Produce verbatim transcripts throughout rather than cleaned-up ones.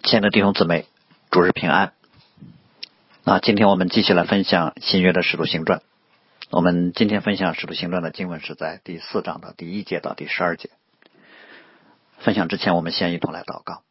亲爱的弟兄姊妹，主日平安。那今天我们继续来分享新约的使徒行传。我们今天分享使徒行传的经文是在第四章的第一节到第十二节。分享之前，我们先一同来祷告。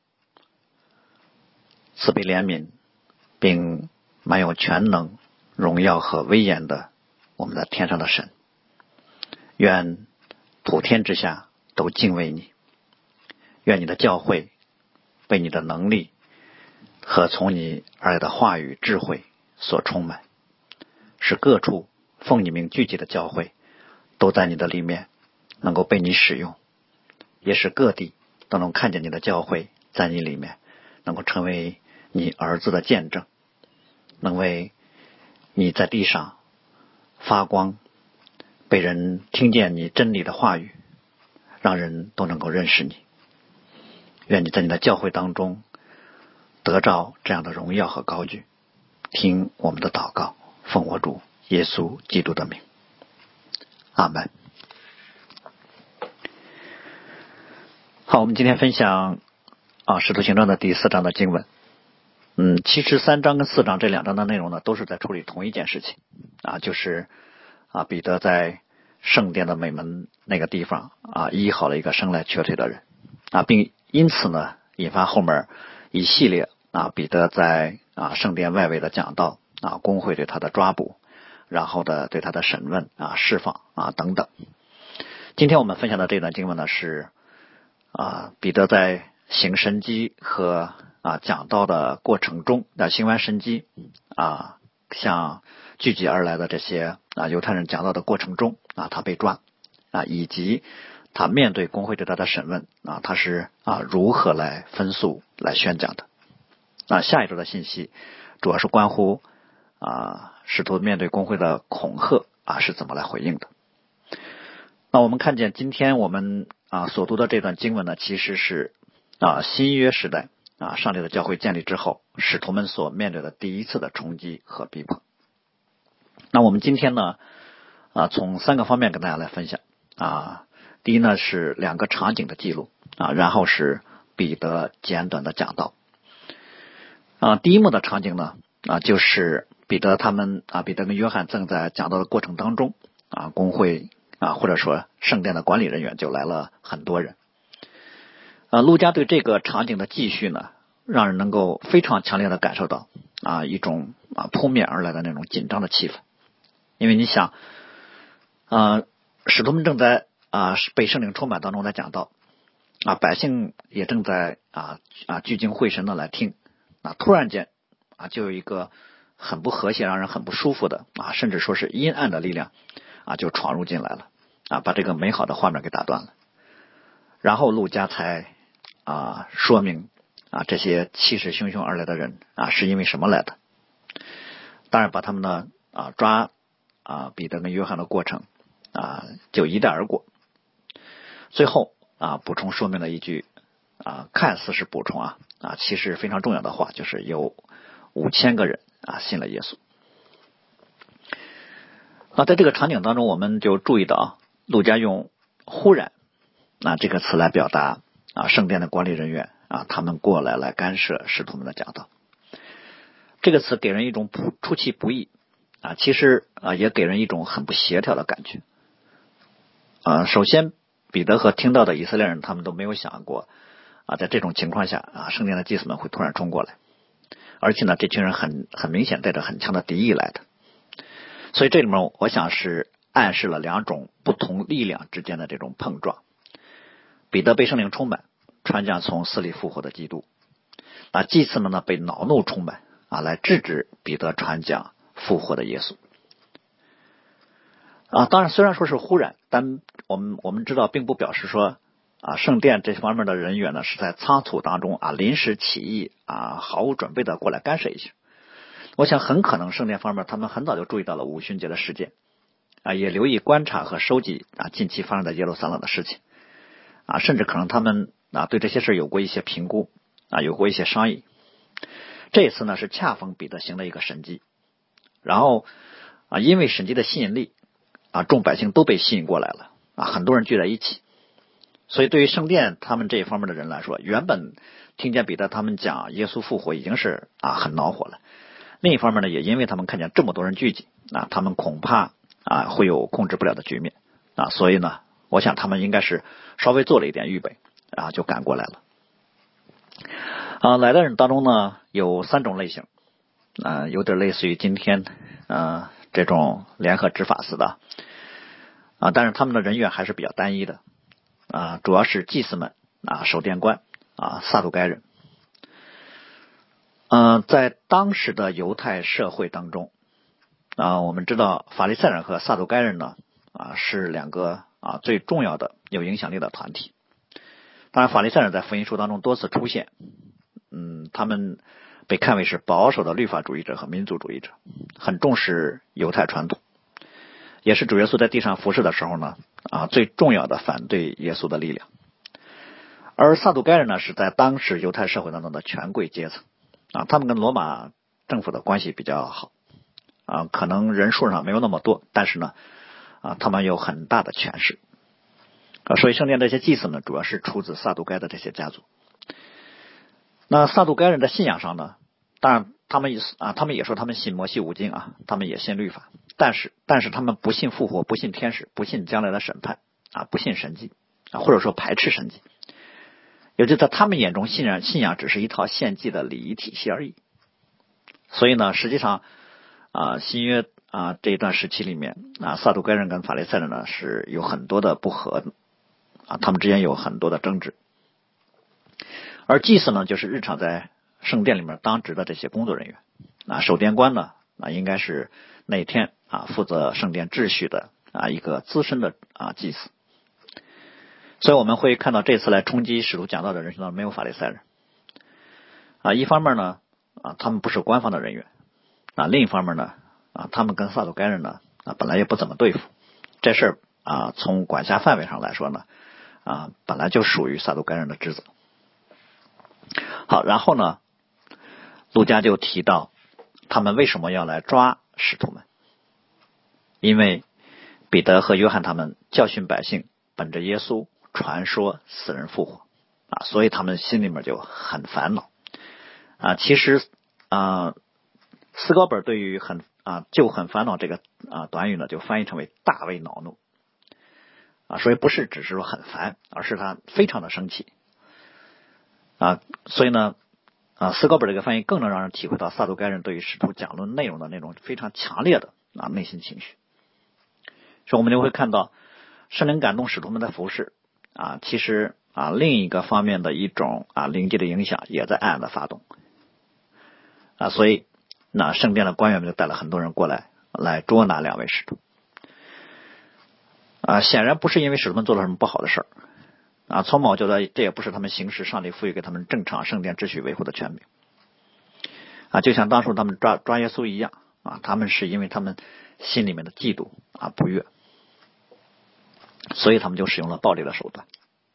慈悲怜悯并满有全能、荣耀和威严的我们的天上的神，愿普天之下都敬畏你，愿你的教会被你的能力和从你而来的话语智慧所充满，使各处奉你名聚集的教会都在你的里面能够被你使用，也使各地都能看见你的教会在你里面能够成为你儿子的见证，能为你在地上发光，被人听见你真理的话语，让人都能够认识你。愿你在你的教会当中得着这样的荣耀和高举。听我们的祷告，奉我主耶稣基督的名，阿们。好，我们今天分享啊使徒行传的第四章的经文。嗯，其实三章跟四章这两章的内容呢，都是在处理同一件事情啊，就是啊彼得在圣殿的美门那个地方啊医好了一个生来瘸腿的人啊，并因此呢引发后面一系列啊彼得在啊圣殿外围的讲道啊，公会对他的抓捕，然后的对他的审问啊释放啊等等。今天我们分享的这段经文呢是啊彼得在行神迹和啊讲道的过程中，在行完神迹啊向聚集而来的这些啊犹太人讲道的过程中啊他被抓啊，以及他面对公会对他的审问啊，他是啊如何来分诉来宣讲的。那下一周的信息主要是关乎啊使徒面对公会的恐吓啊是怎么来回应的。那我们看见今天我们啊所读的这段经文呢，其实是啊新约时代啊上帝的教会建立之后，使徒们所面对的第一次的冲击和逼迫。那我们今天呢啊从三个方面跟大家来分享啊。第一呢是两个场景的记录啊，然后是彼得简短的讲道啊。第一幕的场景呢啊就是彼得他们啊彼得跟约翰正在讲道的过程当中啊，公会啊或者说圣殿的管理人员就来了很多人啊。路加对这个场景的记叙呢，让人能够非常强烈的感受到啊一种啊扑面而来的那种紧张的气氛。因为你想啊使徒们正在啊，被圣灵充满当中来讲道啊，百姓也正在啊啊聚精会神的来听啊，突然间啊，就有一个很不和谐、让人很不舒服的啊，甚至说是阴暗的力量啊，就闯入进来了啊，把这个美好的画面给打断了。然后路加才啊说明啊，这些气势汹汹而来的人啊，是因为什么来的？当然，把他们呢啊抓啊彼得跟约翰的过程啊，就一带而过。最后啊，补充说明了一句啊，看似是补充啊啊，其实非常重要的话，就是有五千个人啊信了耶稣。那在这个场景当中，我们就注意到啊，路加用忽然啊这个词来表达啊圣殿的管理人员啊他们过来来干涉使徒们的讲道。这个词给人一种出其不意啊，其实啊也给人一种很不协调的感觉啊。首先，彼得和听到的以色列人他们都没有想过啊，在这种情况下啊，圣殿的祭司们会突然冲过来，而且呢，这群人很很明显带着很强的敌意来的，所以这里面我想是暗示了两种不同力量之间的这种碰撞。彼得被圣灵充满，传讲从死里复活的基督，那祭司们呢被恼怒充满啊，来制止彼得传讲复活的耶稣。啊，当然，虽然说是忽然，但我们我们知道，并不表示说啊，圣殿这方面的人员呢是在仓促当中啊临时起意啊，毫无准备的过来干涉一下。我想很可能圣殿方面他们很早就注意到了五旬节的事件啊，也留意观察和收集啊近期发生在耶路撒冷的事情啊，甚至可能他们啊对这些事有过一些评估啊，有过一些商议。这一次呢是恰逢彼得行了一个神迹，然后啊因为神迹的吸引力。啊，众百姓都被吸引过来了啊，很多人聚在一起所以对于圣殿他们这一方面的人来说，原本听见彼得他们讲耶稣复活已经是啊很恼火了。另一方面呢，也因为他们看见这么多人聚集啊，他们恐怕啊会有控制不了的局面啊，所以呢，我想他们应该是稍微做了一点预备啊，就赶过来了。啊，来的人当中呢有三种类型啊，有点类似于今天啊这种联合执法似的啊，但是他们的人员还是比较单一的啊，主要是祭司们啊、守殿官啊、撒都该人。嗯、呃，在当时的犹太社会当中啊，我们知道法利赛人和撒都该人呢啊是两个啊最重要的有影响力的团体。当然，法利赛人在福音书当中多次出现，嗯，他们被看为是保守的律法主义者和民族主义者，很重视犹太传统，也是主耶稣在地上服侍的时候呢啊最重要的反对耶稣的力量。而撒都该人呢是在当时犹太社会当中的权贵阶层啊，他们跟罗马政府的关系比较好啊，可能人数上没有那么多，但是呢啊他们有很大的权势啊，所以圣殿这些祭司呢主要是出自撒都该的这些家族。那撒都该人的信仰上呢，当然他们啊他们也说他们信摩西五经啊，他们也信律法，但是但是他们不信复活，不信天使，不信将来的审判啊，不信神迹啊，或者说排斥神迹。也就在他们眼中，信仰信仰只是一套献祭的礼仪体系而已。所以呢，实际上啊，新约啊这一段时期里面啊，撒都该人跟法利赛人呢是有很多的不和啊，他们之间有很多的争执。而祭司呢，就是日常在圣殿里面当值的这些工作人员啊，守殿官呢啊，应该是那天啊负责圣殿秩序的啊一个资深的啊祭司。所以我们会看到这次来冲击使徒讲道的人当中没有法利赛人啊，一方面呢啊他们不是官方的人员啊，另一方面呢啊他们跟撒都该人呢啊本来也不怎么对付，这事儿啊从管辖范围上来说呢啊本来就属于撒都该人的职责。好，然后呢路加就提到他们为什么要来抓使徒们，因为彼得和约翰他们教训百姓，本着耶稣传说死人复活啊，所以他们心里面就很烦恼啊。其实啊，斯高本对于很啊就很烦恼这个啊短语呢，就翻译成为大为恼怒啊，所以不是只是说很烦，而是他非常的生气啊。所以呢啊，斯高本这个翻译更能让人体会到撒都该人对于使徒讲论内容的那种非常强烈的啊内心情绪。所以我们就会看到圣灵感动使徒们的服事啊，其实啊另一个方面的一种啊灵界的影响也在暗暗的发动啊，所以那圣殿的官员们就带了很多人过来来捉拿两位使徒啊，显然不是因为使徒们做了什么不好的事儿啊，从某觉得这也不是他们行使上帝赋予给他们正常圣殿秩序维护的权柄啊，就像当初他们抓抓耶稣一样啊，他们是因为他们心里面的嫉妒啊不悦，所以他们就使用了暴力的手段。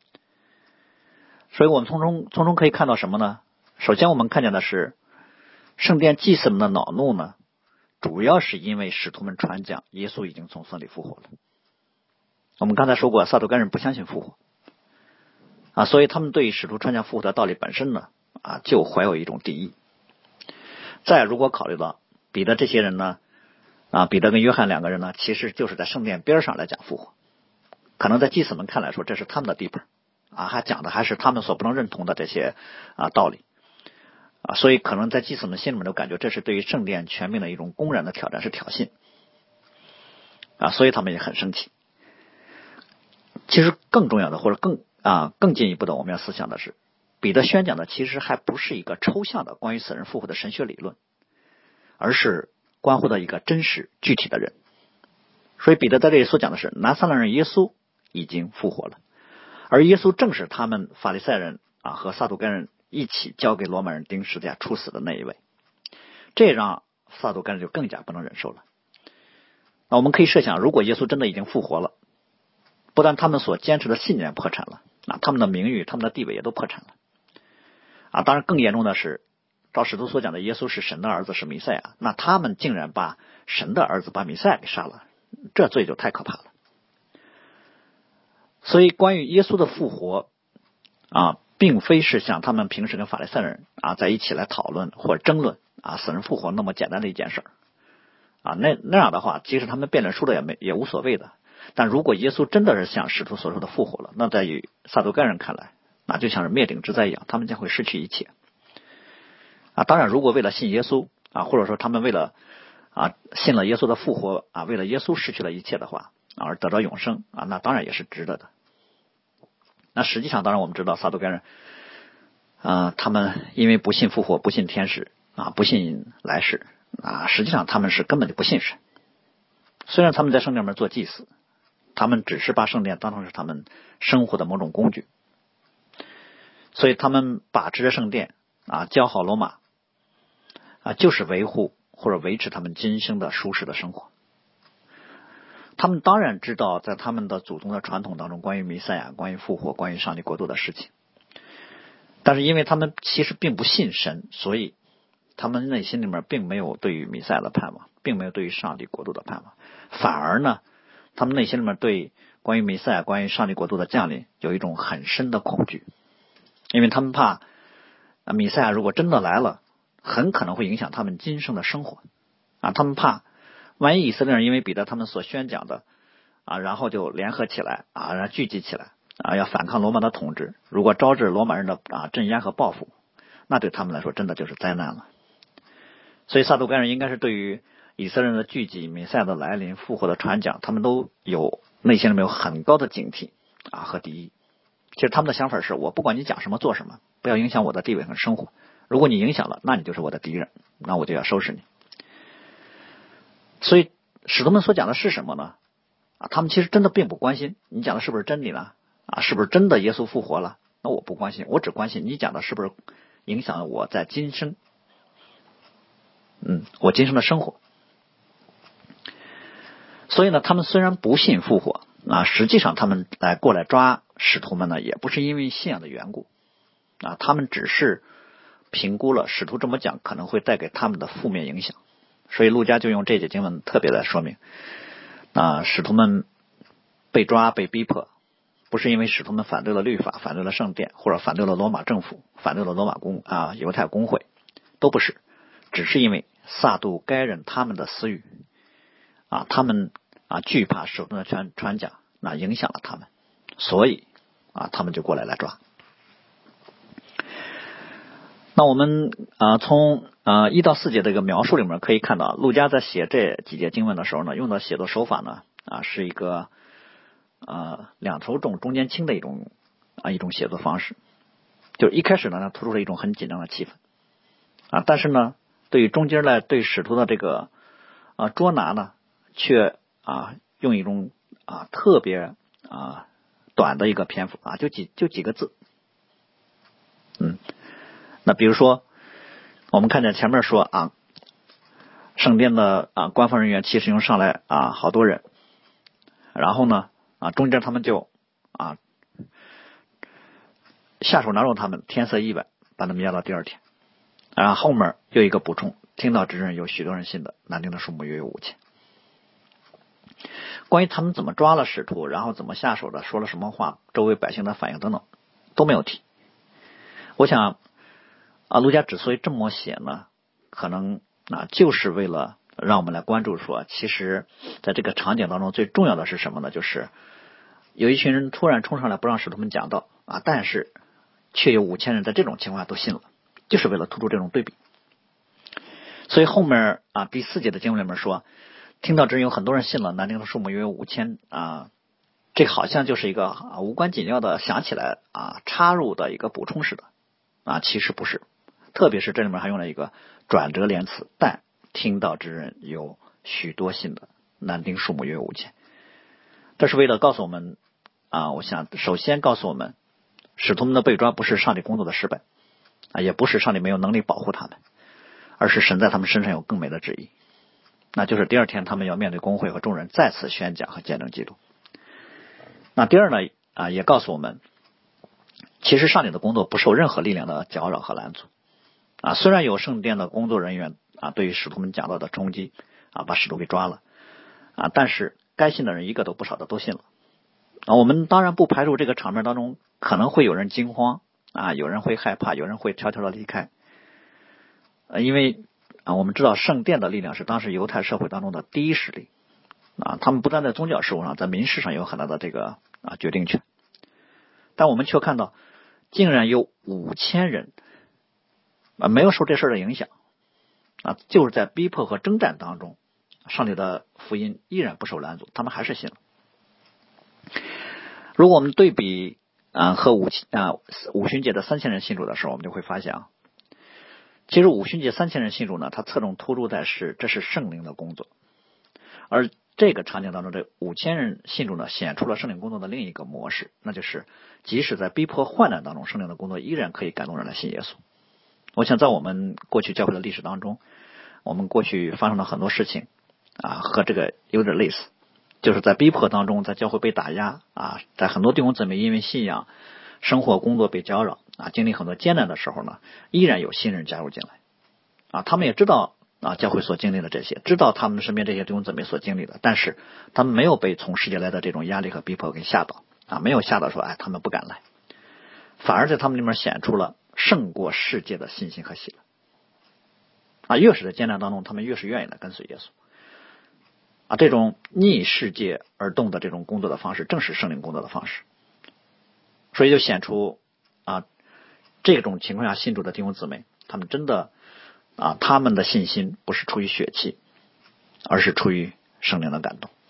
所以我们从中从中可以看到什么呢？首先我们看见的是圣殿祭司们的恼怒呢，主要是因为使徒们传讲耶稣已经从死里复活了。我们刚才说过撒都该人不相信复活啊，所以他们对使徒传讲复活的道理本身呢啊就怀有一种敌意。再如果考虑到彼得这些人呢啊，彼得跟约翰两个人呢其实就是在圣殿边上来讲复活，可能在祭司们看来说这是他们的地盘啊，还讲的还是他们所不能认同的这些啊道理啊，所以可能在祭司们心里面都感觉这是对于圣殿权柄的一种公然的挑战，是挑衅啊，所以他们也很生气。其实更重要的或者更啊更进一步的我们要思想的是，彼得宣讲的其实还不是一个抽象的关于死人复活的神学理论，而是关乎到一个真实具体的人。所以彼得在这里所讲的是拿撒勒人耶稣已经复活了，而耶稣正是他们法利赛人啊和撒都该人一起交给罗马人钉十字架处死的那一位，这让撒都该人就更加不能忍受了。那我们可以设想，如果耶稣真的已经复活了，不但他们所坚持的信念破产了啊，他们的名誉他们的地位也都破产了啊。当然更严重的是，照使徒所讲的耶稣是神的儿子是弥赛亚，那他们竟然把神的儿子把弥赛亚给杀了，这罪就太可怕了所以关于耶稣的复活啊，并非是像他们平时跟法利赛人啊在一起来讨论或者争论啊死人复活那么简单的一件事啊，那那样的话，即使他们辩论输了也没也无所谓的。但如果耶稣真的是像使徒所说的复活了，那在于撒都该人看来，那就像是灭顶之灾一样，他们将会失去一切啊。当然，如果为了信耶稣啊，或者说他们为了啊信了耶稣的复活啊，为了耶稣失去了一切的话啊，而得到永生啊，那当然也是值得的。那实际上，当然我们知道撒都该人啊，他们因为不信复活，不信天使啊，不信来世啊，实际上他们是根本就不信神。虽然他们在圣殿里面做祭司，他们只是把圣殿当成是他们生活的某种工具，所以他们把持着圣殿啊，教好罗马啊，就是维护或者维持他们今生的舒适的生活。他们当然知道在他们的祖宗的传统当中关于弥赛亚、关于复活、关于上帝国度的事情，但是因为他们其实并不信神，所以他们内心里面并没有对于弥赛亚的盼望，并没有对于上帝国度的盼望，反而呢，他们内心里面对关于弥赛亚、关于上帝国度的降临有一种很深的恐惧，因为他们怕弥赛亚如果真的来了，很可能会影响他们今生的生活啊，他们怕万一以色列人因为彼得他们所宣讲的啊，然后就联合起来啊，然后聚集起来啊，要反抗罗马的统治，如果招致罗马人的啊镇压和报复，那对他们来说真的就是灾难了。所以撒都该人应该是对于以色列人的聚集、弥赛亚的来临、复活的传讲，他们都有内心里面有很高的警惕啊和敌意。其实他们的想法是，我不管你讲什么做什么，不要影响我的地位和生活。如果你影响了，那你就是我的敌人，那我就要收拾你。所以使徒们所讲的是什么呢？啊，他们其实真的并不关心你讲的是不是真理呢？啊，是不是真的耶稣复活了？那我不关心，我只关心你讲的是不是影响了我在今生，嗯，我今生的生活。所以呢，他们虽然不信复活啊，实际上他们来过来抓使徒们呢，也不是因为信仰的缘故啊，他们只是评估了使徒这么讲可能会带给他们的负面影响。所以路加就用这节经文特别来说明啊，使徒们被抓被逼迫，不是因为使徒们反对了律法、反对了圣殿，或者反对了罗马政府、反对了罗马公啊犹太公会，都不是，只是因为撒都该人他们的私欲啊，他们啊惧怕使徒的传传讲，那影响了他们，所以啊他们就过来来抓。那我们啊从啊一到四节这个描述里面可以看到，路加在写这几节经文的时候呢，用的写作手法呢啊是一个啊两头重中间轻的一种啊一种写作方式。就是一开始呢，他突出了一种很紧张的气氛啊，但是呢，对于中间来对使徒的这个啊捉拿呢，却啊用一种啊特别啊短的一个篇幅啊，就几就几个字，嗯。那比如说，我们看见前面说啊，圣殿的啊官方人员骑士用上来啊好多人，然后呢啊中间他们就啊下手拿住他们，天色已晚，把他们押到第二天。然后后面又一个补充，听到之人有许多人信的，男丁的数目约有五千。关于他们怎么抓了使徒，然后怎么下手的，说了什么话，周围百姓的反应等等都没有提。我想啊，路加之所以这么写呢，可能啊就是为了让我们来关注说，其实在这个场景当中最重要的是什么呢？就是有一群人突然冲上来不让使徒们讲道啊，但是却有五千人在这种情况下都信了，就是为了突出这种对比。所以后面啊第四节的经文里面说，听到之人有很多人信了，男丁的数目约有五千啊，这好像就是一个啊无关紧要的想起来啊插入的一个补充似的啊，其实不是。特别是这里面还用了一个转折连词，但听到之人有许多信的，男丁数目约有五千。这是为了告诉我们啊，我想首先告诉我们，使徒们的被抓不是上帝工作的失败啊，也不是上帝没有能力保护他们，而是神在他们身上有更美的旨意，那就是第二天他们要面对公会和众人再次宣讲和见证基督。那第二呢啊，也告诉我们，其实上帝的工作不受任何力量的搅扰和拦阻啊，虽然有圣殿的工作人员啊对于使徒们讲道的冲击啊，把使徒给抓了啊，但是该信的人一个都不少的都信了啊，我们当然不排除这个场面当中可能会有人惊慌啊，有人会害怕，有人会悄悄的离开。呃，因为啊，我们知道圣殿的力量是当时犹太社会当中的第一势力啊，他们不但在宗教事务上，在民事上有很大的这个啊决定权。但我们却看到，竟然有五千人啊没有受这事的影响啊，就是在逼迫和征战当中，上帝的福音依然不受拦阻，他们还是信了。如果我们对比啊和五啊五旬节的三千人信主的时候，我们就会发现啊，其实五旬节三千人信主呢，它侧重突出在是这是圣灵的工作，而这个场景当中，这五千人信主呢，显出了圣灵工作的另一个模式，那就是即使在逼迫患难当中，圣灵的工作依然可以感动人来信耶稣。我想在我们过去教会的历史当中，我们过去发生了很多事情啊，和这个有点类似，就是在逼迫当中，在教会被打压啊，在很多弟兄姊妹因为信仰、生活、工作被搅扰啊，经历很多艰难的时候呢，依然有新人加入进来啊，他们也知道啊，教会所经历的这些，知道他们身边这些弟兄姊妹所经历的，但是他们没有被从世界来的这种压力和逼迫给吓到啊，没有吓到说哎他们不敢来，反而在他们里面显出了胜过世界的信心和喜乐啊，越是在艰难当中，他们越是愿意来跟随耶稣啊，这种逆世界而动的这种工作的方式，正是圣灵工作的方式，所以就显出啊，这种情况下信主的弟兄姊妹，他们真的啊，他们的信心不是出于血气，而是出于圣灵的感动。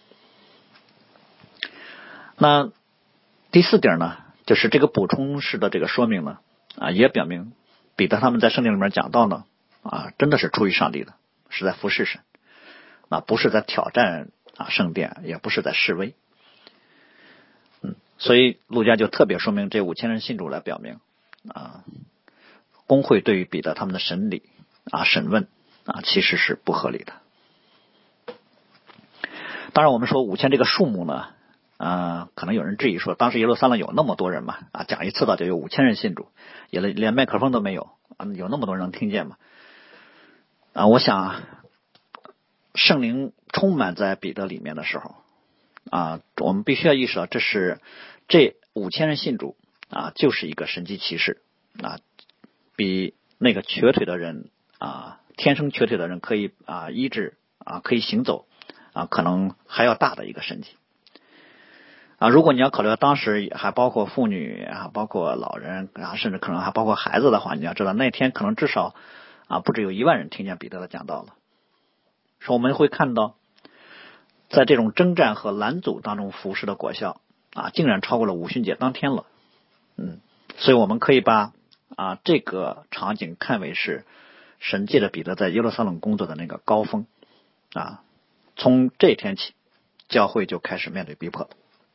那第四点呢，就是这个补充式的这个说明呢，啊，也表明彼得他们在圣经里面讲到呢，啊，真的是出于上帝的，是在服侍神，啊，不是在挑战啊圣殿，也不是在示威。嗯，所以路加就特别说明这五千人信主来表明啊，公会对于彼得他们的审理啊审问啊其实是不合理的。当然我们说五千这个数目呢，呃，可能有人质疑说，当时耶路撒冷有那么多人嘛？啊，讲一次道就有五千人信主，也连麦克风都没有啊，有那么多人能听见吗？啊，我想圣灵充满在彼得里面的时候啊，我们必须要意识到，这是这五千人信主啊，就是一个神迹奇事啊，比那个瘸腿的人啊，天生瘸腿的人可以啊医治啊，可以行走啊，可能还要大的一个神迹啊。如果你要考虑到当时还包括妇女啊，包括老人啊，甚至可能还包括孩子的话，你要知道那天可能至少啊不止有一万人听见彼得的讲道了。说我们会看到，在这种征战和拦阻当中服侍的果效啊，竟然超过了五旬节当天了。嗯，所以我们可以把啊这个场景看为是神借着彼得在耶路撒冷工作的那个高峰啊。从这天起，教会就开始面对逼迫。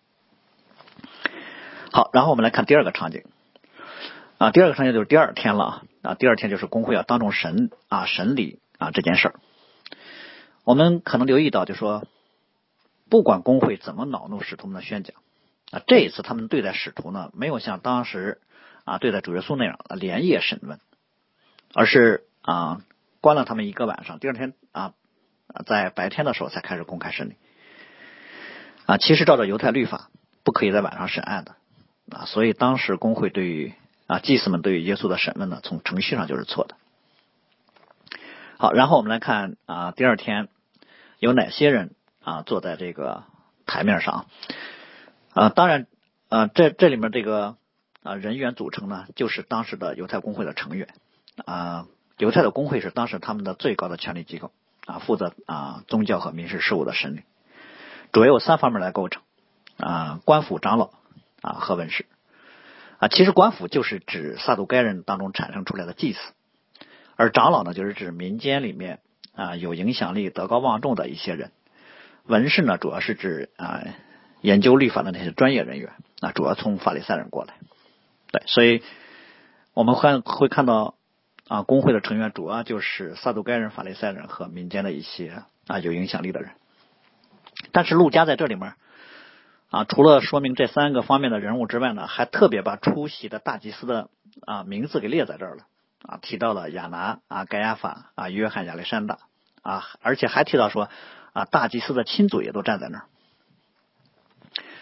好，然后我们来看第二个场景啊，第二个场景就是第二天了啊，第二天就是公会要当众审啊审理啊这件事儿。我们可能留意到，就说不管公会怎么恼怒使徒们的宣讲啊，这一次他们对待使徒呢，没有像当时啊对待主耶稣那样啊连夜审问，而是啊关了他们一个晚上，第二天啊在白天的时候才开始公开审理啊。其实照着犹太律法，不可以在晚上审案的啊，所以当时公会对于啊祭司们对于耶稣的审问呢，从程序上就是错的。好，然后我们来看啊第二天有哪些人啊坐在这个台面上啊？当然啊，这这里面这个啊人员组成呢，就是当时的犹太公会的成员啊。犹太的公会是当时他们的最高的权力机构啊，负责啊宗教和民事事务的审理，主要有三方面来构成啊：官府、长老啊和文士啊。其实官府就是指撒都该人当中产生出来的祭司，而长老呢，就是指民间里面啊有影响力、德高望重的一些人。文士呢，主要是指啊研究律法的那些专业人员啊，主要从法利赛人过来。对，所以我们会会看到啊，公会的成员主要就是撒都该人、法利赛人和民间的一些啊有影响力的人。但是路加在这里面啊，除了说明这三个方面的人物之外呢，还特别把出席的大祭司的啊名字给列在这儿了啊，提到了亚拿啊、该亚法啊、约翰、亚历山大啊，而且还提到说啊，大祭司的亲族也都站在那儿。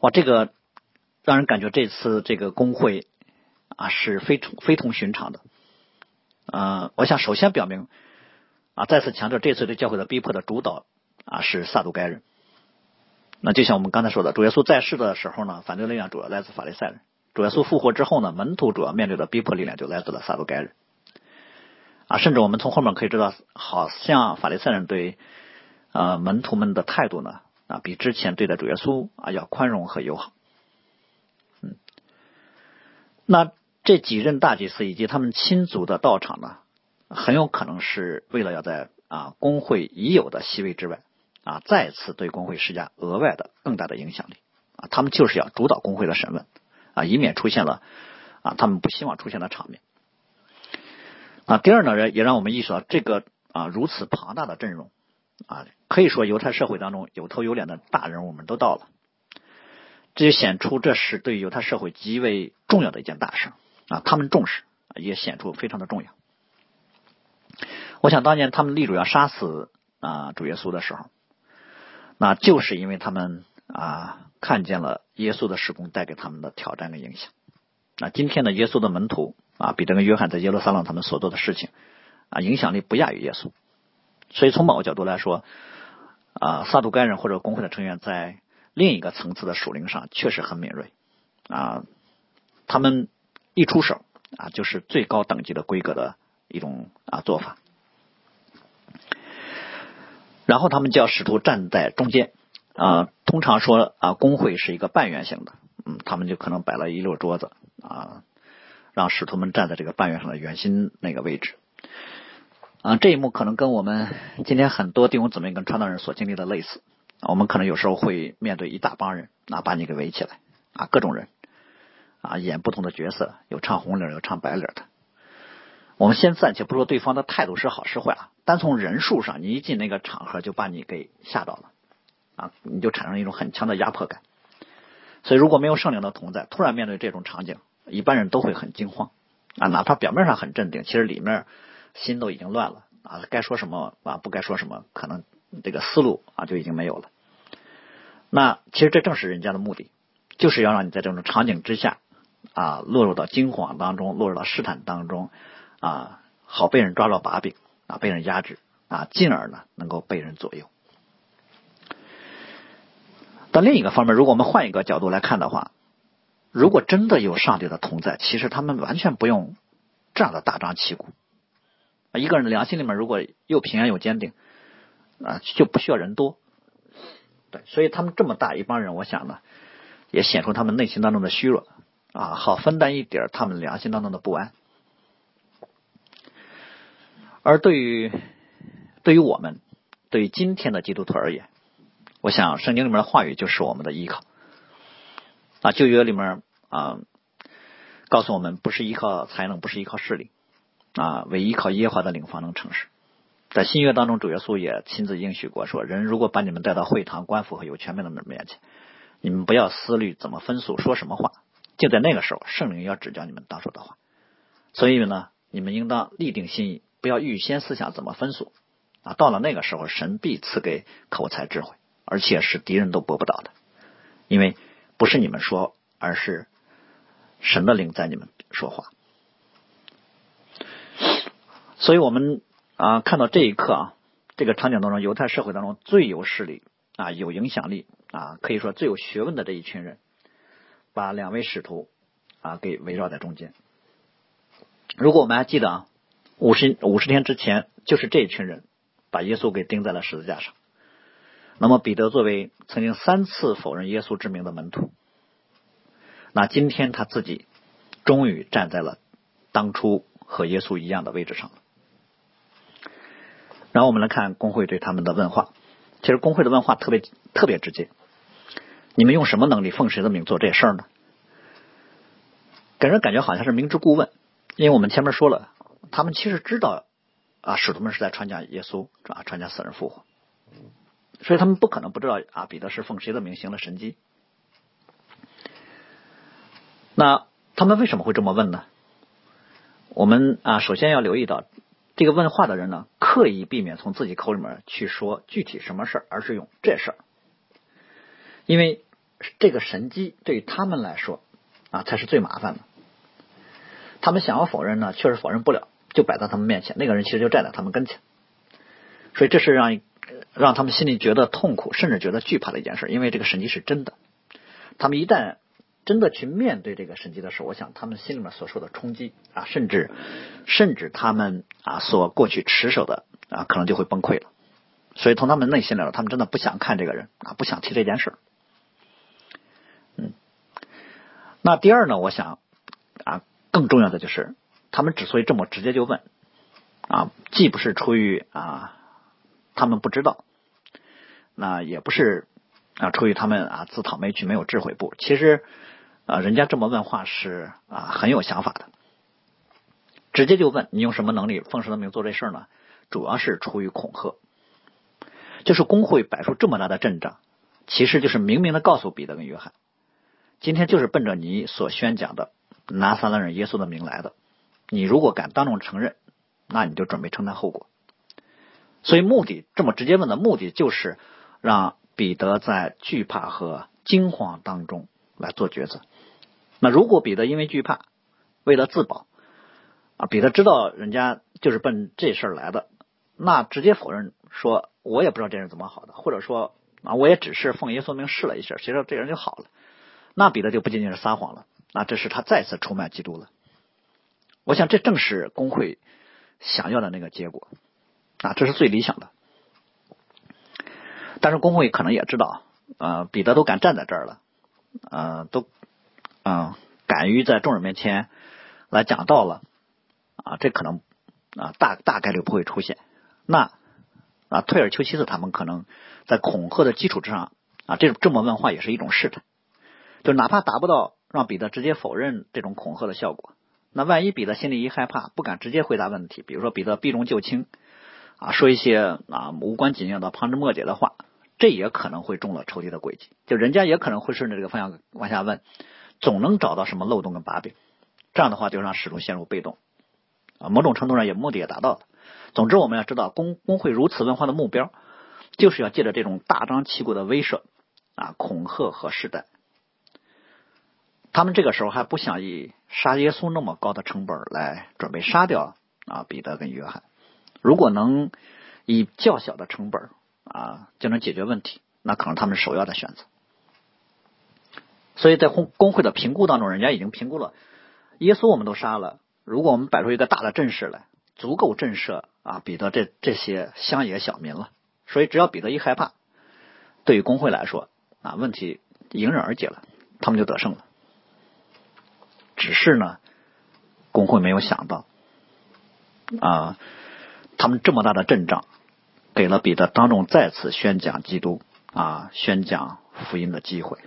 哇，这个让人感觉这次这个公会啊是非同非同寻常的。呃，我想首先表明啊，再次强调这次对教会的逼迫的主导啊是撒都该人。那就像我们刚才说的，主耶稣在世的时候呢，反对力量主要来自法利赛人；主耶稣复活之后呢，门徒主要面对的逼迫力量就来自了撒都该人。啊，甚至我们从后面可以知道，好像法利赛人对呃门徒们的态度呢，啊比之前对待主耶稣啊要宽容和友好。嗯，那这几任大祭司以及他们亲族的到场呢，很有可能是为了要在啊公会已有的席位之外啊再次对公会施加额外的更大的影响力啊，他们就是要主导公会的审问啊，以免出现了啊他们不希望出现的场面。啊，第二呢，也让我们意识到这个啊如此庞大的阵容啊，可以说犹太社会当中有头有脸的大人物们都到了，这就显出这是对犹太社会极为重要的一件大事啊，他们重视也显出非常的重要。我想当年他们立主要杀死啊主耶稣的时候，那就是因为他们啊看见了耶稣的事工带给他们的挑战跟影响。那今天的耶稣的门徒啊，彼得跟约翰在耶路撒冷他们所做的事情啊，影响力不亚于耶稣。所以从某个角度来说啊，撒都该人或者公会的成员在另一个层次的属灵上确实很敏锐啊，他们一出手啊就是最高等级的规格的一种啊做法。然后他们叫使徒站在中间啊，通常说啊公会是一个半圆形的，嗯，他们就可能摆了一溜桌子啊，让使徒们站在这个半圆上的圆心那个位置啊。这一幕可能跟我们今天很多弟兄姊妹跟传道人所经历的类似，我们可能有时候会面对一大帮人啊，把你给围起来啊，各种人啊，演不同的角色，有唱红领有唱白领的。我们先暂且不说对方的态度是好是坏啊，单从人数上，你一进那个场合就把你给吓到了啊，你就产生一种很强的压迫感。所以如果没有圣灵的同在，突然面对这种场景，一般人都会很惊慌啊，哪怕表面上很镇定，其实里面心都已经乱了啊，该说什么啊，不该说什么，可能这个思路啊就已经没有了。那其实这正是人家的目的，就是要让你在这种场景之下啊，落入到惊慌当中，落入到试探当中啊，好被人抓到把柄啊，被人压制啊，进而呢能够被人左右。但另一个方面，如果我们换一个角度来看的话，如果真的有上帝的同在，其实他们完全不用这样的大张旗鼓。一个人的良心里面如果又平安又坚定啊，就不需要人多。对，所以他们这么大一帮人，我想呢，也显出他们内心当中的虚弱啊，好分担一点他们良心当中的不安。而对于对于我们，对于今天的基督徒而言，我想圣经里面的话语就是我们的依靠啊。旧约里面啊告诉我们，不是依靠才能，不是依靠势力啊，唯依靠耶和华的灵方能成事。在新约当中，主耶稣也亲自应许过，说人如果把你们带到会堂、官府和有权柄的人面前，你们不要思虑怎么分诉，说什么话，就在那个时候，圣灵要指教你们当说的话。所以呢，你们应当立定心意，不要预先思想怎么分诉啊。到了那个时候，神必赐给口才智慧，而且是敌人都驳不倒的，因为不是你们说，而是神的灵在你们说话。所以我们啊看到这一刻啊，这个场景当中，犹太社会当中最有势力啊、有影响力啊，可以说最有学问的这一群人，把两位使徒啊给围绕在中间。如果我们还记得啊，五十五十天之前，就是这一群人把耶稣给钉在了十字架上。那么彼得作为曾经三次否认耶稣之名的门徒，那今天他自己终于站在了当初和耶稣一样的位置上了。然后我们来看公会对他们的问话。其实公会的问话特别特别直接，你们用什么能力奉谁的名做这事儿呢？给人感觉好像是明知故问，因为我们前面说了，他们其实知道啊，使徒们是在传讲耶稣啊，传讲死人复活，所以他们不可能不知道啊，彼得是奉谁的名行了神迹。那他们为什么会这么问呢？我们啊，首先要留意到，这个问话的人呢，刻意避免从自己口里面去说具体什么事儿，而是用这事儿。因为这个神迹对于他们来说啊才是最麻烦的。他们想要否认呢，确实否认不了，就摆在他们面前，那个人其实就站在他们跟前，所以这是让让他们心里觉得痛苦，甚至觉得惧怕的一件事，因为这个神迹是真的。他们一旦真的去面对这个神迹的时候，我想他们心里面所受的冲击啊，甚至甚至他们啊所过去持守的啊，可能就会崩溃了。所以从他们内心来说，他们真的不想看这个人啊，不想提这件事。嗯，那第二呢，我想啊，更重要的就是他们之所以这么直接就问啊，既不是出于啊他们不知道，那也不是啊出于他们啊自讨没趣没有智慧，不，其实啊人家这么问话是啊很有想法的。直接就问你用什么能力奉神的名做这事呢？主要是出于恐吓，就是公会摆出这么大的阵仗，其实就是明明的告诉彼得跟约翰，今天就是奔着你所宣讲的拿撒勒人耶稣的名来的，你如果敢当众承认，那你就准备承担后果。所以目的这么直接问的目的就是让彼得在惧怕和惊慌当中来做抉择。那如果彼得因为惧怕，为了自保啊，彼得知道人家就是奔这事儿来的，那直接否认说我也不知道这人怎么好的，或者说啊我也只是奉耶稣名试了一下，谁知道这人就好了，那彼得就不仅仅是撒谎了，那这是他再次出卖基督了。我想这正是公会想要的那个结果啊，这是最理想的。但是公会可能也知道，呃，彼得都敢站在这儿了，呃，都嗯、呃、敢于在众人面前来讲道了啊，这可能啊大大概率不会出现。那啊退而求其次，他们可能在恐吓的基础之上啊，这这么问话也是一种试探，就哪怕达不到让彼得直接否认这种恐吓的效果，那万一彼得心里一害怕，不敢直接回答问题，比如说彼得避重就轻啊，说一些啊无关紧要的旁枝末节的话，这也可能会中了仇敌的诡计，就人家也可能会顺着这个方向往下问，总能找到什么漏洞跟把柄，这样的话就让使徒陷入被动啊，某种程度上也目的也达到了。总之我们要知道公公会如此问话的目标，就是要借着这种大张旗鼓的威慑啊恐吓和试探。他们这个时候还不想以杀耶稣那么高的成本来准备杀掉啊彼得跟约翰，如果能以较小的成本啊就能解决问题，那可能他们是首要的选择。所以在公会的评估当中，人家已经评估了耶稣我们都杀了，如果我们摆出一个大的阵势来，足够震慑啊彼得这这些乡野小民了。所以只要彼得一害怕，对于公会来说啊问题迎刃而解了，他们就得胜了。只是呢公会没有想到啊他们这么大的阵仗给了彼得当众再次宣讲基督啊宣讲福音的机会。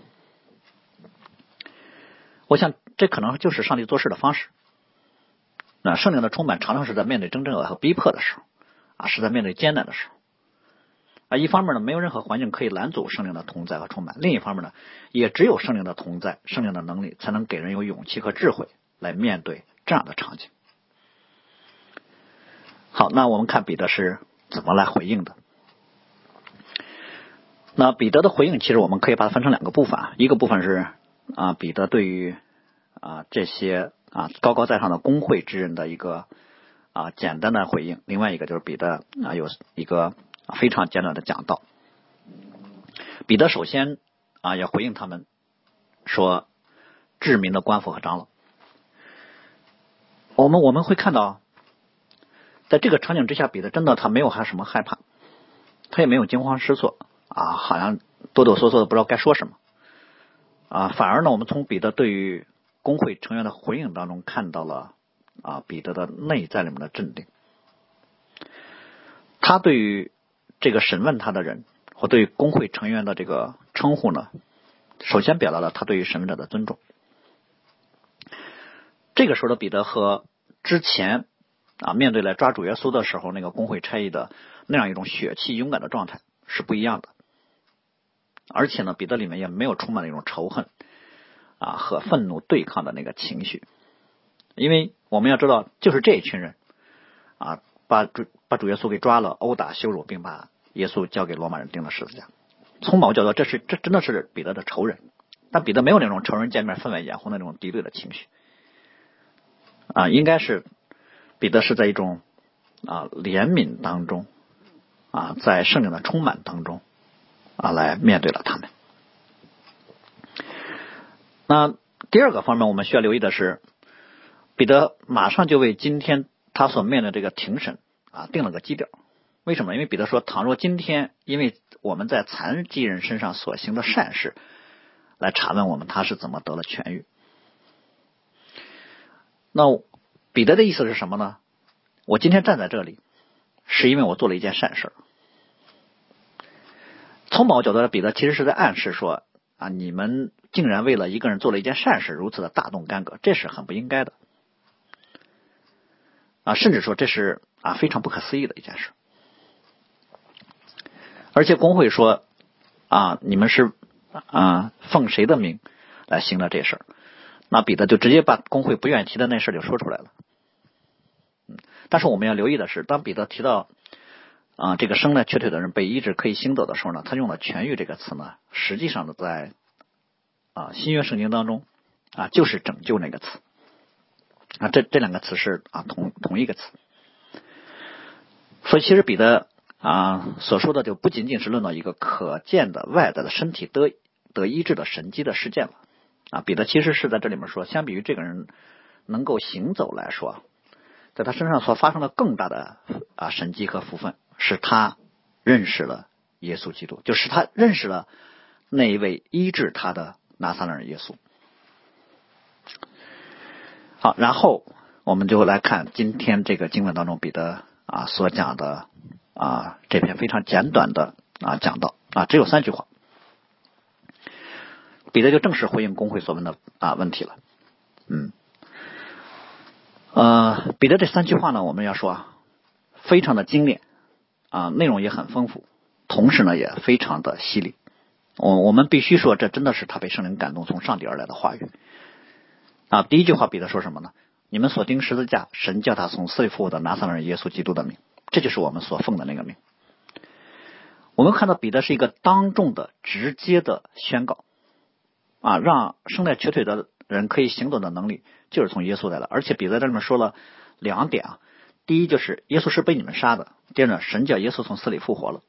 我想这可能就是上帝做事的方式。那圣灵的充满常常是在面对争争和逼迫的时候啊，是在面对艰难的时候啊。一方面呢，没有任何环境可以拦阻圣灵的同在和充满；另一方面呢，也只有圣灵的同在、圣灵的能力，才能给人有勇气和智慧来面对这样的场景。好，那我们看彼得是怎么来回应的。那彼得的回应，其实我们可以把它分成两个部分，一个部分是啊彼得对于啊这些啊高高在上的公会之人的一个啊简单的回应，另外一个就是彼得啊有一个非常简短的讲道。彼得首先啊要回应他们说治民的官府和长老。我们我们会看到，在这个场景之下，彼得真的他没有还什么害怕，他也没有惊慌失措啊，好像哆哆嗦嗦的不知道该说什么啊，反而呢，我们从彼得对于公会成员的回应当中看到了啊彼得的内在里面的镇定。他对于这个审问他的人或对于公会成员的这个称呼呢，首先表达了他对于审问者的尊重。这个时候的彼得和之前啊面对来抓主耶稣的时候那个公会差役的那样一种血气勇敢的状态是不一样的。而且呢，彼得里面也没有充满那种仇恨啊和愤怒对抗的那个情绪，因为我们要知道，就是这一群人啊把主把主耶稣给抓了，殴打羞辱，并把耶稣交给罗马人钉了十字架。从某个角度，这是这真的是彼得的仇人但彼得没有那种仇人见面分外眼红的那种敌对的情绪啊，应该是彼得是在一种啊怜悯当中啊，在圣灵的充满当中啊来面对了他们。那第二个方面我们需要留意的是，彼得马上就为今天他所面对的这个庭审啊定了个基调。为什么？因为彼得说，倘若今天因为我们在残疾人身上所行的善事来查问我们他是怎么得了痊愈，那彼得的意思是什么呢？我今天站在这里是因为我做了一件善事。从某个角度来，彼得其实是在暗示说啊，你们竟然为了一个人做了一件善事如此的大动干戈，这是很不应该的啊，甚至说这是啊非常不可思议的一件事。而且公会说啊，你们是啊奉谁的名来行了这事儿？那彼得就直接把公会不愿意提的那事就说出来了。嗯，但是我们要留意的是，当彼得提到啊这个生来瘸腿的人被医治可以行走的时候呢，他用了痊愈这个词呢，实际上呢在啊新约圣经当中啊就是拯救那个词啊，这这两个词是啊同同一个词。所以其实彼得啊，所说的就不仅仅是论到一个可见的外在的身体得得医治的神迹的事件了啊。彼得其实是在这里面说，相比于这个人能够行走来说，在他身上所发生的更大的啊神迹和福分，是他认识了耶稣基督，就是他认识了那一位医治他的拿撒勒人耶稣。好，然后我们就来看今天这个经文当中彼得啊所讲的啊，这篇非常简短的啊讲道啊，只有三句话。彼得就正式回应公会所问的啊问题了。嗯，呃，彼得这三句话呢，我们要说啊，非常的精炼啊，内容也很丰富，同时呢也非常的犀利。我我们必须说，这真的是他被圣灵感动从上帝而来的话语啊。第一句话，彼得说什么呢？你们所钉十字架，神叫他从死里复活的拿撒勒人耶稣基督的名，这就是我们所奉的那个名。我们看到彼得是一个当众的直接的宣告啊，让生来瘸腿的人可以行走的能力就是从耶稣来的。而且彼得在这里面说了两点啊，第一就是耶稣是被你们杀的，第二呢，神叫耶稣从死里复活了。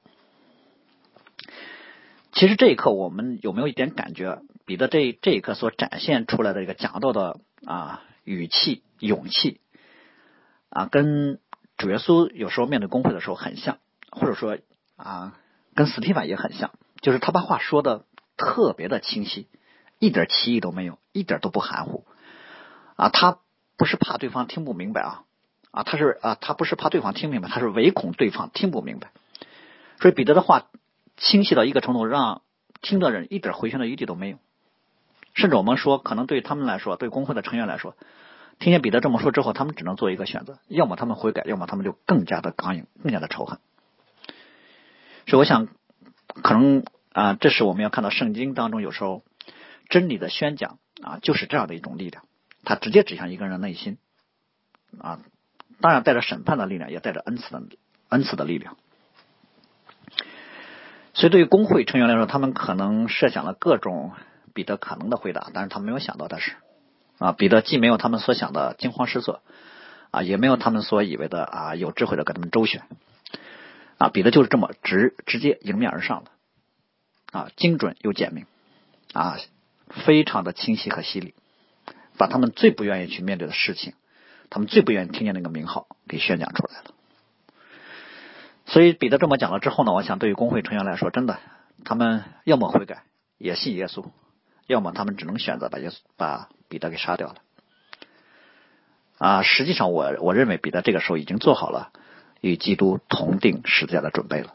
其实这一刻我们有没有一点感觉，彼得这这一刻所展现出来的这个讲道的啊语气勇气啊，跟主耶稣有时候面对公会的时候很像，或者说啊跟司提反也很像，就是他把话说的特别的清晰，一点歧义都没有，一点都不含糊啊。他不是怕对方听不明白啊啊，他是啊他不是怕对方听明白，他是唯恐对方听不明白。所以彼得的话清晰到一个程度，让听的人一点回旋的余地都没有。甚至我们说，可能对他们来说，对公会的成员来说，听见彼得这么说之后，他们只能做一个选择，要么他们悔改，要么他们就更加的刚硬，更加的仇恨。所以我想可能啊、呃，这是我们要看到圣经当中有时候真理的宣讲啊，就是这样的一种力量，它直接指向一个人的内心啊，当然带着审判的力量，也带着恩赐的恩赐的力量。所以对于公会成员来说，他们可能设想了各种彼得可能的回答，但是他们没有想到的是啊，彼得既没有他们所想的惊慌失色啊，也没有他们所以为的啊有智慧的给他们周旋啊，彼得就是这么直直接迎面而上的啊，精准又简明啊，非常的清晰和犀利，把他们最不愿意去面对的事情，他们最不愿意听见那个名号给宣讲出来了。所以彼得这么讲了之后呢，我想对于公会成员来说，真的他们要么悔改也信耶稣，要么他们只能选择把耶稣把彼得给杀掉了啊。实际上我我认为彼得这个时候已经做好了与基督同定十字架的准备了。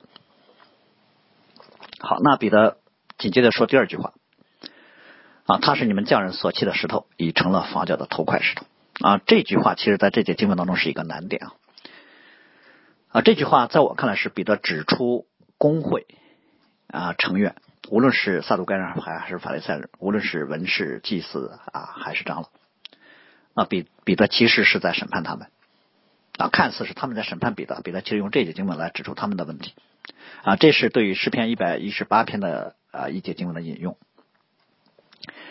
好，那彼得紧接着说第二句话啊，他是你们匠人所弃的石头，已成了房角的头块石头啊。这句话其实在这节经文当中是一个难点啊。啊，这句话在我看来是彼得指出公会啊成员，无论是撒都该人还是法利赛人，无论是文士、祭司啊还是长老，啊彼彼得其实是在审判他们啊，看似是他们在审判彼得，彼得其实用这节经文来指出他们的问题啊，这是对于诗篇一百一十八篇的啊一节经文的引用。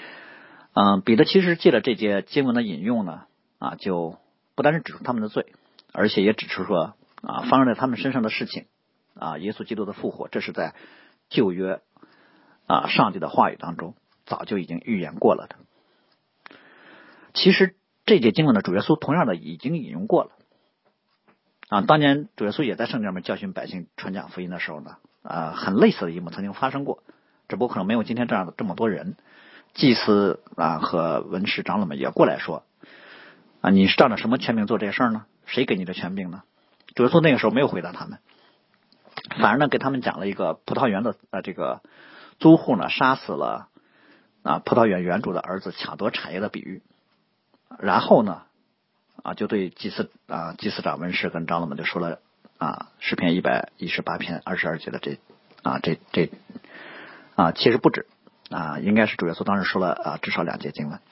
嗯，彼得其实借着这节经文的引用呢，啊，就不单是指出他们的罪，而且也指出说啊，发生在他们身上的事情啊，耶稣基督的复活，这是在旧约啊上帝的话语当中早就已经预言过了的。其实这节经文的主耶稣同样的已经引用过了啊，当年主耶稣也在圣殿里面教训百姓传讲福音的时候呢，啊，很类似的一幕曾经发生过，只不过可能没有今天这样的这么多人。祭司啊和文士长老们也过来说啊，你是仗着什么权柄做这些事儿呢？谁给你的权柄呢？主耶稣那个时候没有回答他们，反而呢给他们讲了一个葡萄园的啊这个租户呢杀死了啊葡萄园园主的儿子抢夺产业的比喻，然后呢啊就对祭司啊祭司长文士跟长老们就说了啊诗篇一百一十八篇二十二节的这啊这这啊其实不止。啊，应该是主耶稣当时说了啊，至少两节经文。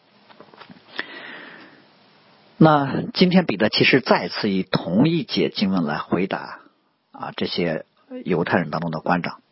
那今天彼得其实再次以同一节经文来回答啊这些犹太人当中的官长。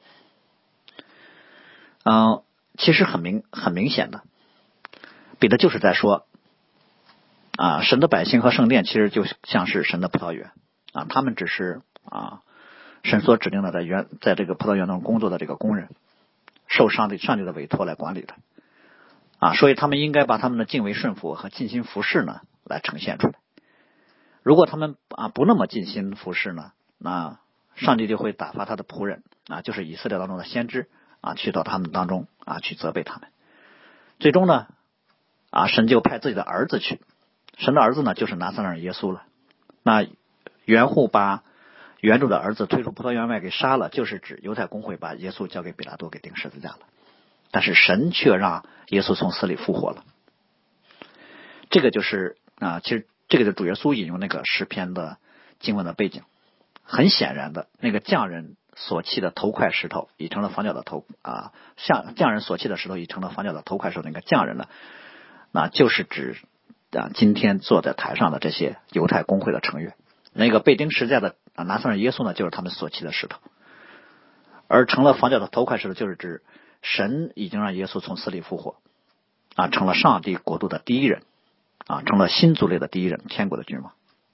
嗯，其实很明很明显的，彼得就是在说啊，神的百姓和圣殿其实就像是神的葡萄园啊，他们只是啊神所指定的在园在这个葡萄园中工作的这个工人。受上帝上帝的委托来管理的啊，所以他们应该把他们的敬畏顺服和尽心服侍呢来呈现出来。如果他们啊不那么尽心服侍呢，那上帝就会打发他的仆人啊，就是以色列当中的先知啊，去到他们当中啊去责备他们。最终呢啊，神就派自己的儿子去，神的儿子呢就是拿撒勒人耶稣了。那园户把园主的儿子推出葡萄园外给杀了，就是指犹太公会把耶稣交给比拉多给钉十字架了。但是神却让耶稣从死里复活了。这个就是啊，其实这个就主耶稣引用那个诗篇的经文的背景。很显然的，那个匠人所弃的头块石头已成了房角的头啊，像匠人所弃的石头已成了房角的头块时候，那个匠人呢，那就是指啊今天坐在台上的这些犹太公会的成员。那个被钉十字架的啊拿撒勒耶稣呢，就是他们所弃的石头，而成了房角的头块石头，就是指神已经让耶稣从死里复活啊，成了上帝国度的第一人啊，成了新族类的第一人，天国的君王。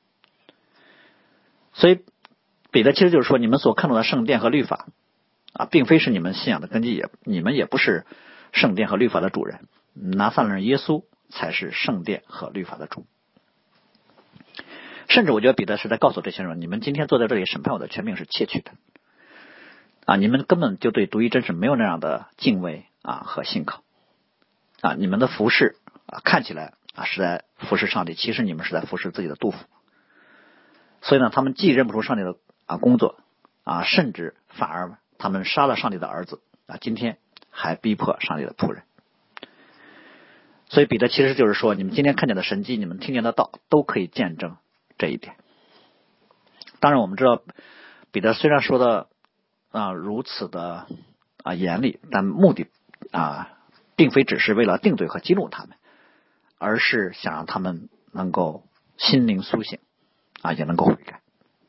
所以彼得其实就是说，你们所看到的圣殿和律法啊，并非是你们信仰的根基，也你们也不是圣殿和律法的主人，拿撒勒人耶稣才是圣殿和律法的主。甚至我觉得彼得是在告诉这些人，你们今天坐在这里审判我的权柄是窃取的啊，你们根本就对独一真神没有那样的敬畏啊和信靠啊，你们的服侍啊看起来啊是在服侍上帝，其实你们是在服侍自己的肚腹。所以呢，他们既认不出上帝的啊工作啊，甚至反而他们杀了上帝的儿子啊，今天还逼迫上帝的仆人。所以彼得其实就是说，你们今天看见的神迹，你们听见的道，都可以见证这一点。当然我们知道彼得虽然说的啊如此的啊严厉，但目的啊并非只是为了定罪和激怒他们，而是想让他们能够心灵苏醒啊，也能够悔改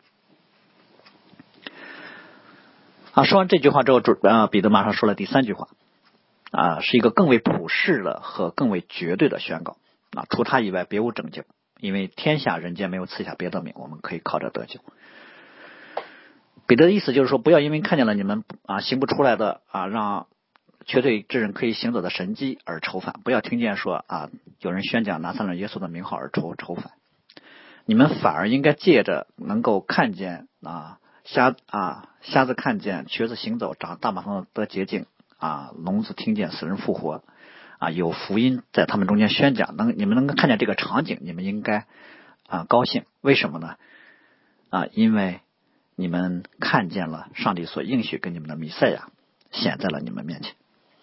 啊。说完这句话之后，主啊彼得马上说了第三句话啊，是一个更为普世的和更为绝对的宣告啊，除他以外别无拯救，因为天下人间没有赐下别的名，我们可以靠着得救。彼得的意思就是说，不要因为看见了你们啊行不出来的啊让瘸腿之人可以行走的神迹而愁烦，不要听见说啊有人宣讲拿撒勒耶稣的名号而愁愁烦，你们反而应该借着能够看见啊瞎啊瞎子看见，瘸子行走，长大麻风得洁净啊，聋子听见，死人复活啊，有福音在他们中间宣讲，能你们能够看见这个场景，你们应该啊高兴。为什么呢？啊，因为你们看见了上帝所应许给你们的弥赛亚显在了你们面前。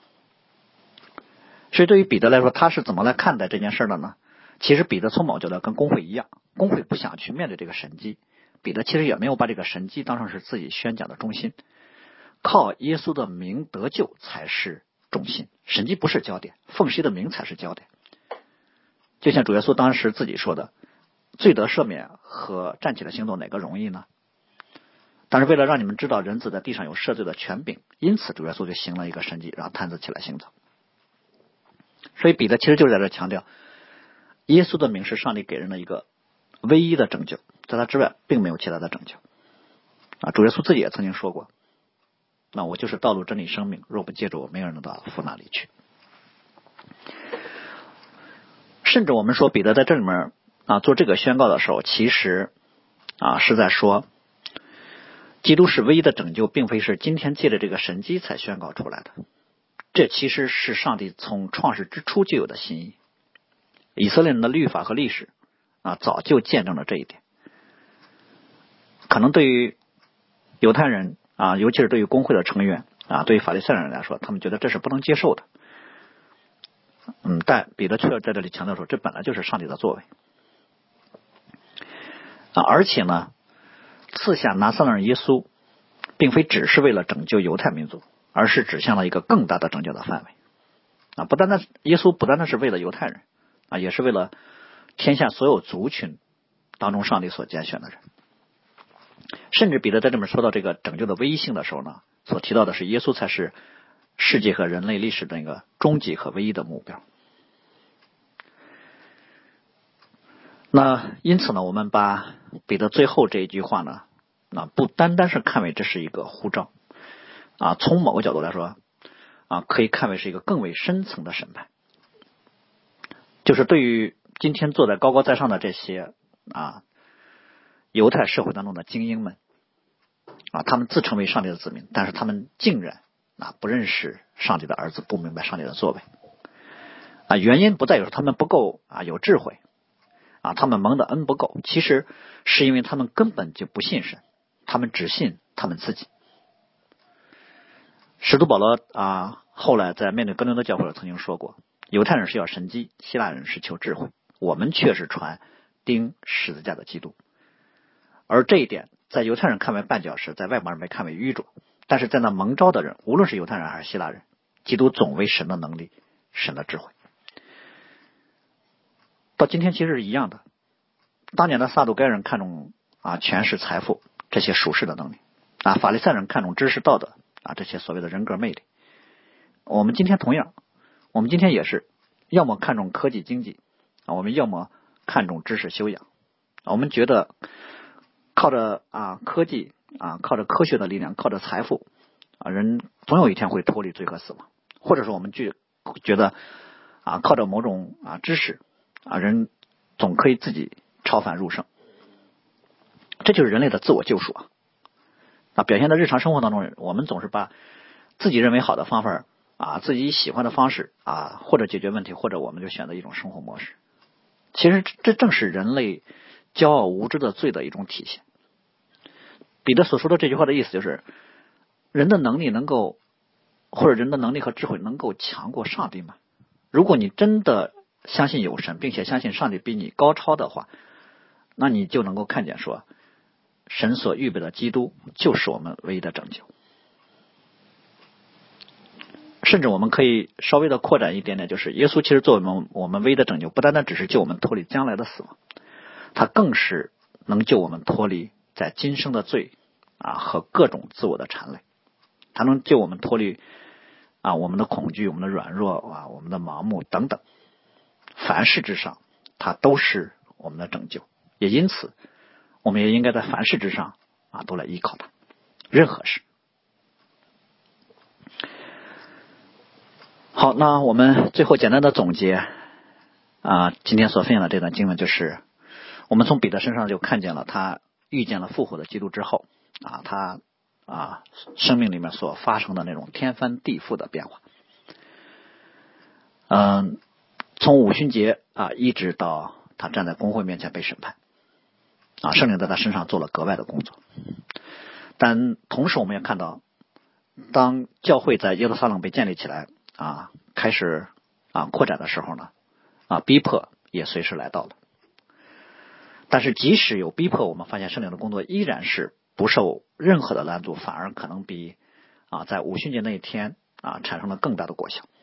所以对于彼得来说，他是怎么来看待这件事的呢？其实彼得从某角度跟公会一样，公会不想去面对这个神迹，彼得其实也没有把这个神迹当成是自己宣讲的中心，靠耶稣的名得救才是中心，神迹不是焦点，奉谁的名才是焦点。就像主耶稣当时自己说的，罪得赦免和站起来行走哪个容易呢？但是为了让你们知道人子在地上有赦罪的权柄，因此主耶稣就行了一个神迹，让瘫子起来行走。 所以彼得其实就是在这强调，耶稣的名是上帝给人的一个唯一的拯救，在他之外并没有其他的拯救啊。主耶稣自己也曾经说过，那我就是道路真理生命，若不借着我，没有人能到父那里去。甚至我们说彼得在这里面啊做这个宣告的时候，其实啊是在说，基督是唯一的拯救，并非是今天借着这个神迹才宣告出来的，这其实是上帝从创世之初就有的心意。以色列人的律法和历史啊早就见证了这一点。可能对于犹太人啊，尤其是对于公会的成员啊，对于法利赛人来说，他们觉得这是不能接受的。嗯，但彼得却在这里强调说，这本来就是上帝的作为啊，而且呢，赐下拿撒勒人耶稣，并非只是为了拯救犹太民族，而是指向了一个更大的拯救的范围啊！不单单耶稣不单单是为了犹太人啊，也是为了天下所有族群当中上帝所拣选的人。甚至彼得在这里说到这个拯救的唯一性的时候呢，所提到的是耶稣才是世界和人类历史的一个终极和唯一的目标。那因此呢，我们把彼得最后这一句话呢，那不单单是看为这是一个呼召啊，从某个角度来说啊，可以看为是一个更为深层的审判，就是对于今天坐在高高在上的这些啊犹太社会当中的精英们啊，他们自称为上帝的子民，但是他们竟然啊不认识上帝的儿子，不明白上帝的作为啊，原因不在于说他们不够啊有智慧啊，他们蒙的恩不够，其实是因为他们根本就不信神，他们只信他们自己。使徒保罗啊，后来在面对哥林多教会曾经说过，犹太人是要神迹，希腊人是求智慧，我们却是传钉十字架的基督。而这一点在犹太人看为绊脚石，在外邦人被看为愚拙，但是在那蒙召的人，无论是犹太人还是希腊人，基督总为神的能力，神的智慧。到今天其实是一样的，当年的撒都该人看重啊权势财富这些属世的能力啊，法利赛人看重知识道德啊这些所谓的人格魅力。我们今天同样，我们今天也是要么看重科技经济啊，我们要么看重知识修养。我们觉得靠着啊科技啊，靠着科学的力量，靠着财富啊，人总有一天会脱离罪和死亡，或者说我们觉觉得啊靠着某种啊知识啊，人总可以自己超凡入圣，这就是人类的自我救赎啊！啊，表现在日常生活当中，我们总是把自己认为好的方法啊，自己喜欢的方式啊，或者解决问题，或者我们就选择一种生活模式。其实这正是人类骄傲无知的罪的一种体现。彼得所说的这句话的意思就是，人的能力能够，或者人的能力和智慧能够强过上帝吗？如果你真的相信有神，并且相信上帝比你高超的话，那你就能够看见说，神所预备的基督就是我们唯一的拯救。甚至我们可以稍微的扩展一点点，就是耶稣其实作为我们我们唯一的拯救，不单单只是救我们脱离将来的死亡，他更是能救我们脱离在今生的罪啊和各种自我的缠累，他能救我们脱离啊我们的恐惧、我们的软弱啊、我们的盲目等等。凡事之上，它都是我们的拯救，也因此，我们也应该在凡事之上啊都来依靠它，任何事。好，那我们最后简单的总结啊，今天所分享的这段经文就是，我们从彼得身上就看见了他遇见了复活的基督之后啊，他啊生命里面所发生的那种天翻地覆的变化。嗯。从五旬节啊，一直到他站在公会面前被审判啊，圣灵在他身上做了格外的工作。但同时我们也看到，当教会在耶路撒冷被建立起来啊，开始啊扩展的时候呢，啊逼迫也随时来到了。但是即使有逼迫，我们发现圣灵的工作依然是不受任何的拦阻，反而可能比啊在五旬节那一天啊产生了更大的果效。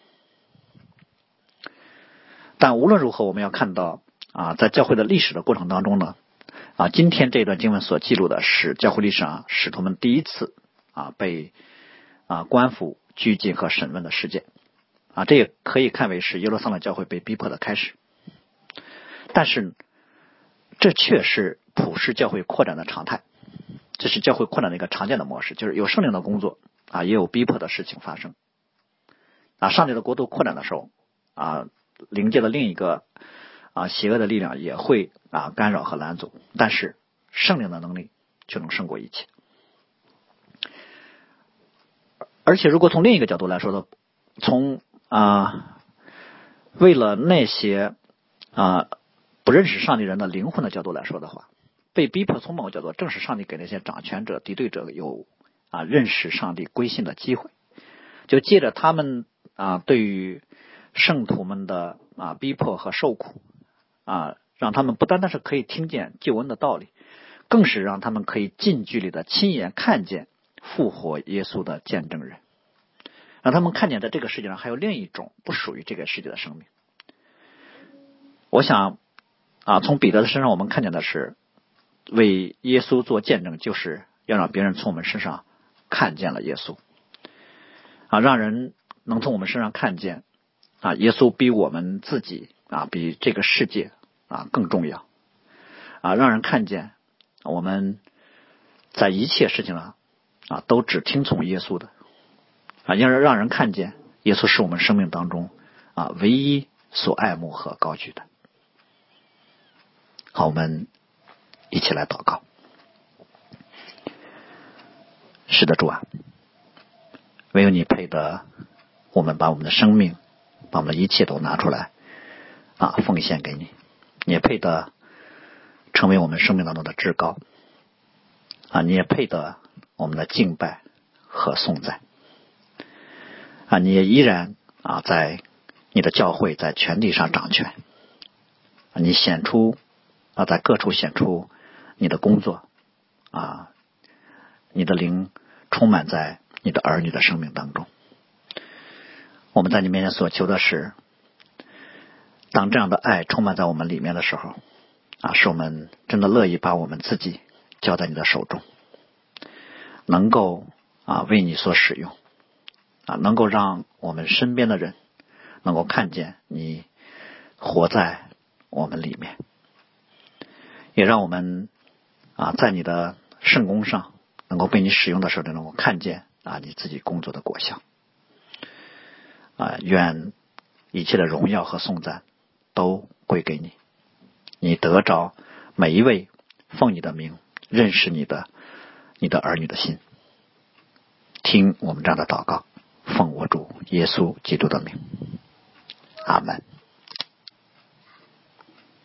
但无论如何，我们要看到啊，在教会的历史的过程当中呢，啊，今天这段经文所记录的是教会历史上使徒们第一次啊被啊官府拘禁和审问的事件啊，这也可以看为是耶路撒冷教会被逼迫的开始。但是这却是普世教会扩展的常态，这是教会扩展的一个常见的模式，就是有圣灵的工作啊，也有逼迫的事情发生啊。上帝的国度扩展的时候啊，灵界的另一个啊邪恶的力量也会啊干扰和拦阻，但是圣灵的能力就能胜过一切。而且如果从另一个角度来说的，从啊为了那些啊不认识上帝人的灵魂的角度来说的话，被逼迫从某个角度正是上帝给那些掌权者敌对者有啊认识上帝归信的机会，就借着他们啊对于圣徒们的啊逼迫和受苦啊，让他们不单单是可以听见救恩的道理，更是让他们可以近距离的亲眼看见复活耶稣的见证人，让他们看见在这个世界上还有另一种不属于这个世界的生命。我想啊，从彼得的身上我们看见的是，为耶稣做见证，就是要让别人从我们身上看见了耶稣啊，让人能从我们身上看见啊，耶稣比我们自己啊，比这个世界啊更重要啊，让人看见我们在一切事情上啊都只听从耶稣的啊，要让人看见耶稣是我们生命当中啊唯一所爱慕和高举的。好，我们一起来祷告。是的，主啊，唯有你配得我们把我们的生命，把我们的一切都拿出来啊奉献给你，你也配得成为我们生命当中的至高啊，你也配得我们的敬拜和颂赞啊，你也依然啊在你的教会在全地上掌权啊，你显出啊在各处显出你的工作啊，你的灵充满在你的儿女的生命当中。我们在你面前所求的是，当这样的爱充满在我们里面的时候啊，是我们真的乐意把我们自己交在你的手中，能够啊为你所使用啊，能够让我们身边的人能够看见你活在我们里面，也让我们啊在你的圣工上能够被你使用的时候，能够看见啊你自己工作的果效啊，愿一切的荣耀和颂赞都归给你，你得着每一位奉你的名认识你的你的儿女的心。听我们这样的祷告，奉我主耶稣基督的名，阿们。